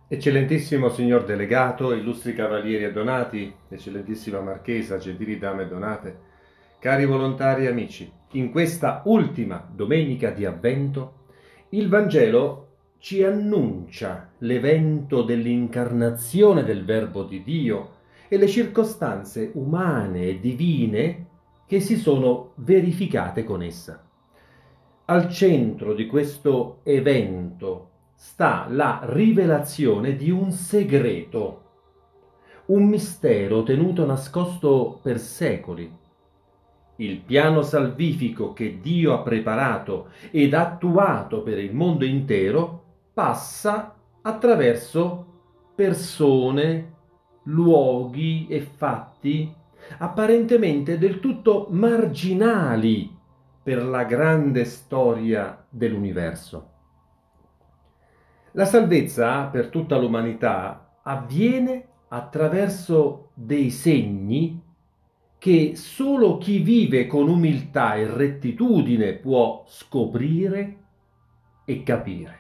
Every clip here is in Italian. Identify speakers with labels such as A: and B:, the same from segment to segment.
A: Eccellentissimo signor delegato, illustri cavalieri e donati, eccellentissima marchesa, gentili dame donate, cari volontari e amici, in questa ultima domenica di Avvento il Vangelo ci annuncia l'evento dell'incarnazione del Verbo di Dio e le circostanze umane e divine che si sono verificate con essa. Al centro di questo evento sta la rivelazione di un segreto, un mistero tenuto nascosto per secoli. Il piano salvifico che Dio ha preparato ed attuato per il mondo intero passa attraverso persone, luoghi e fatti apparentemente del tutto marginali per la grande storia dell'universo. La salvezza per tutta l'umanità avviene attraverso dei segni che solo chi vive con umiltà e rettitudine può scoprire e capire.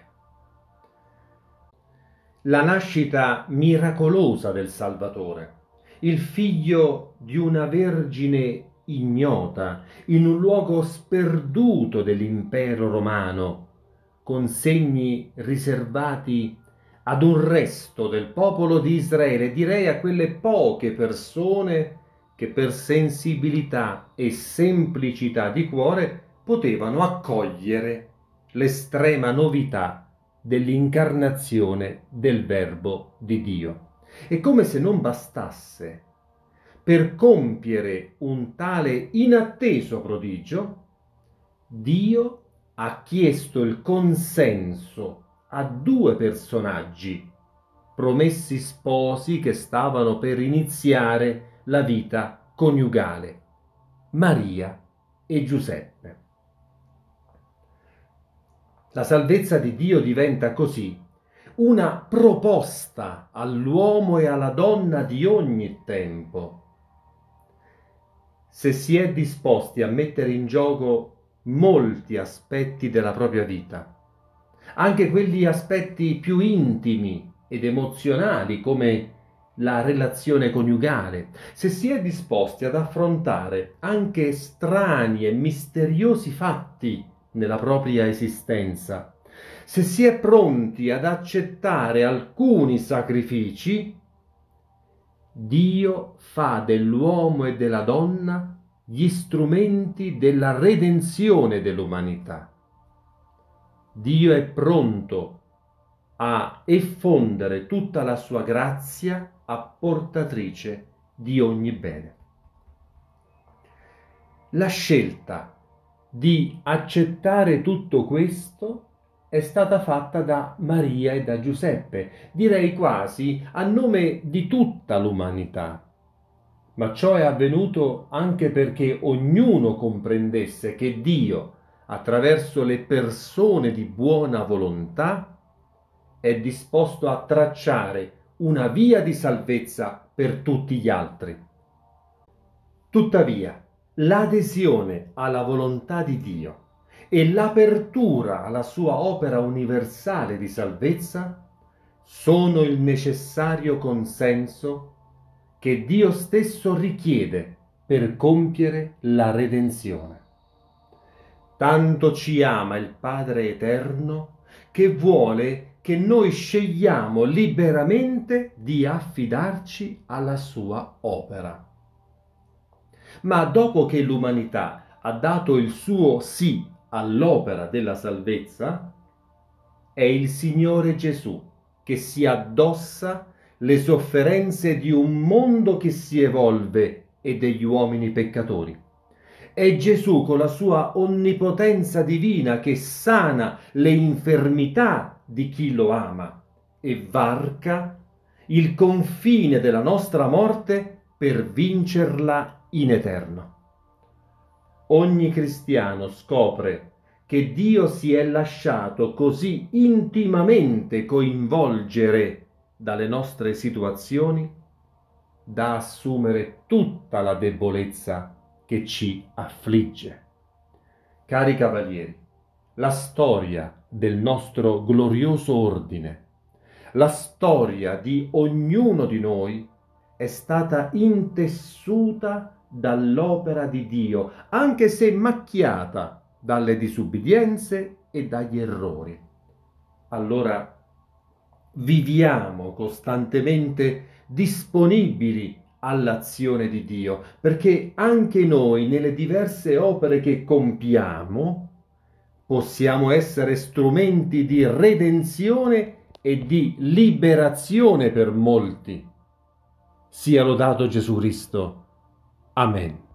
A: La nascita miracolosa del Salvatore, il figlio di una vergine ignota, in un luogo sperduto dell'impero romano, con segni riservati ad un resto del popolo di Israele, direi a quelle poche persone che per sensibilità e semplicità di cuore potevano accogliere l'estrema novità dell'incarnazione del Verbo di Dio. E come se non bastasse, per compiere un tale inatteso prodigio, Dio ha chiesto il consenso a due personaggi, promessi sposi che stavano per iniziare la vita coniugale, Maria e Giuseppe. La salvezza di Dio diventa così una proposta all'uomo e alla donna di ogni tempo, se si è disposti a mettere in gioco molti aspetti della propria vita, anche quegli aspetti più intimi ed emozionali come la relazione coniugale, se si è disposti ad affrontare anche strani e misteriosi fatti nella propria esistenza, se si è pronti ad accettare alcuni sacrifici, Dio fa dell'uomo e della donna gli strumenti della redenzione dell'umanità. Dio è pronto a effondere tutta la sua grazia apportatrice di ogni bene. La scelta di accettare tutto questo è stata fatta da Maria e da Giuseppe, direi quasi a nome di tutta l'umanità. Ma ciò è avvenuto anche perché ognuno comprendesse che Dio, attraverso le persone di buona volontà, è disposto a tracciare una via di salvezza per tutti gli altri. Tuttavia, l'adesione alla volontà di Dio e l'apertura alla sua opera universale di salvezza sono il necessario consenso che Dio stesso richiede per compiere la redenzione. Tanto ci ama il Padre Eterno che vuole che noi scegliamo liberamente di affidarci alla sua opera. Ma dopo che l'umanità ha dato il suo sì all'opera della salvezza, è il Signore Gesù che si addossa le sofferenze di un mondo che si evolve e degli uomini peccatori. È Gesù con la sua onnipotenza divina che sana le infermità di chi lo ama e varca il confine della nostra morte per vincerla in eterno. Ogni cristiano scopre che Dio si è lasciato così intimamente coinvolgere dalle nostre situazioni da assumere tutta la debolezza che ci affligge. Cari cavalieri, la storia del nostro glorioso ordine La storia di ognuno di noi è stata intessuta dall'opera di Dio, anche se macchiata dalle disubbidienze e dagli errori. Allora viviamo costantemente disponibili all'azione di Dio, perché anche noi nelle diverse opere che compiamo possiamo essere strumenti di redenzione e di liberazione per molti. Sia lodato Gesù Cristo. Amen.